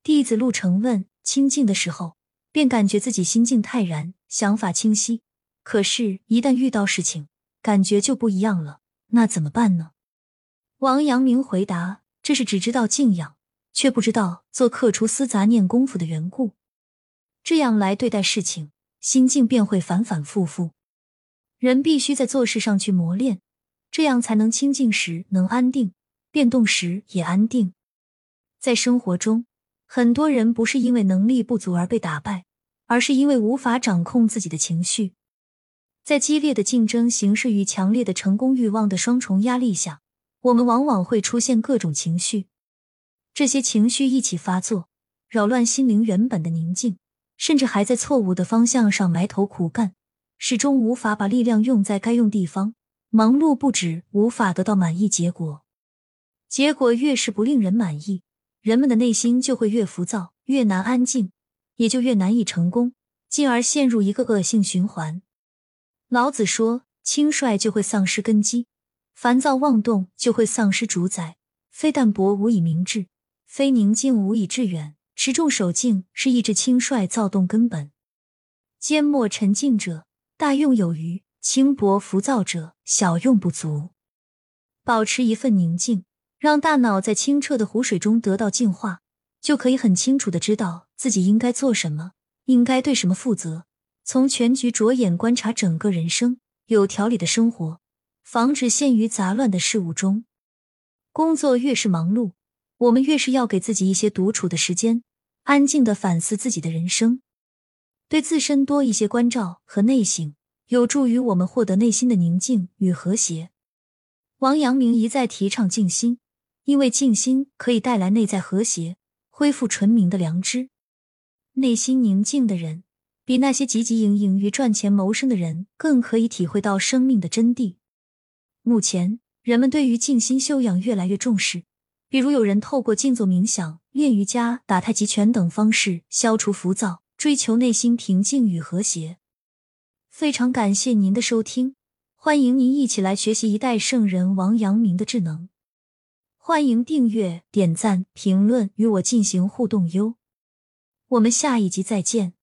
弟子陆成问，清静的时候，便感觉自己心境泰然，想法清晰。可是，一旦遇到事情，感觉就不一样了，那怎么办呢？王阳明回答，这是只知道静养，却不知道做克除私杂念功夫的缘故。这样来对待事情，心境便会反反复复。人必须在做事上去磨练，这样才能清静时能安定，变动时也安定。在生活中，很多人不是因为能力不足而被打败，而是因为无法掌控自己的情绪。在激烈的竞争形势与强烈的成功欲望的双重压力下，我们往往会出现各种情绪。这些情绪一起发作，扰乱心灵原本的宁静，甚至还在错误的方向上埋头苦干，始终无法把力量用在该用地方，忙碌不止，无法得到满意结果。结果越是不令人满意，人们的内心就会越浮躁，越难安静，也就越难以成功，进而陷入一个恶性循环。老子说，轻率就会丧失根基，烦躁妄动就会丧失主宰，非淡泊无以明志，非宁静无以致远，持重守静是抑制轻率躁动根本。缄默沉静者，大用有余，轻薄浮躁者，小用不足。保持一份宁静，让大脑在清澈的湖水中得到净化，就可以很清楚地知道自己应该做什么，应该对什么负责，从全局着眼观察整个人生，有条理的生活，防止陷于杂乱的事物中。工作越是忙碌，我们越是要给自己一些独处的时间，安静地反思自己的人生，对自身多一些关照和内省，有助于我们获得内心的宁静与和谐。王阳明一再提倡静心，因为静心可以带来内在和谐，恢复纯明的良知。内心宁静的人，比那些汲汲营营于赚钱谋生的人更可以体会到生命的真谛。目前，人们对于静心修养越来越重视，比如有人透过静坐冥想、练瑜伽、打太极拳等方式消除浮躁，追求内心平静与和谐。非常感谢您的收听，欢迎您一起来学习一代圣人王阳明的智能。欢迎订阅、点赞、评论与我进行互动哟。我们下一集再见。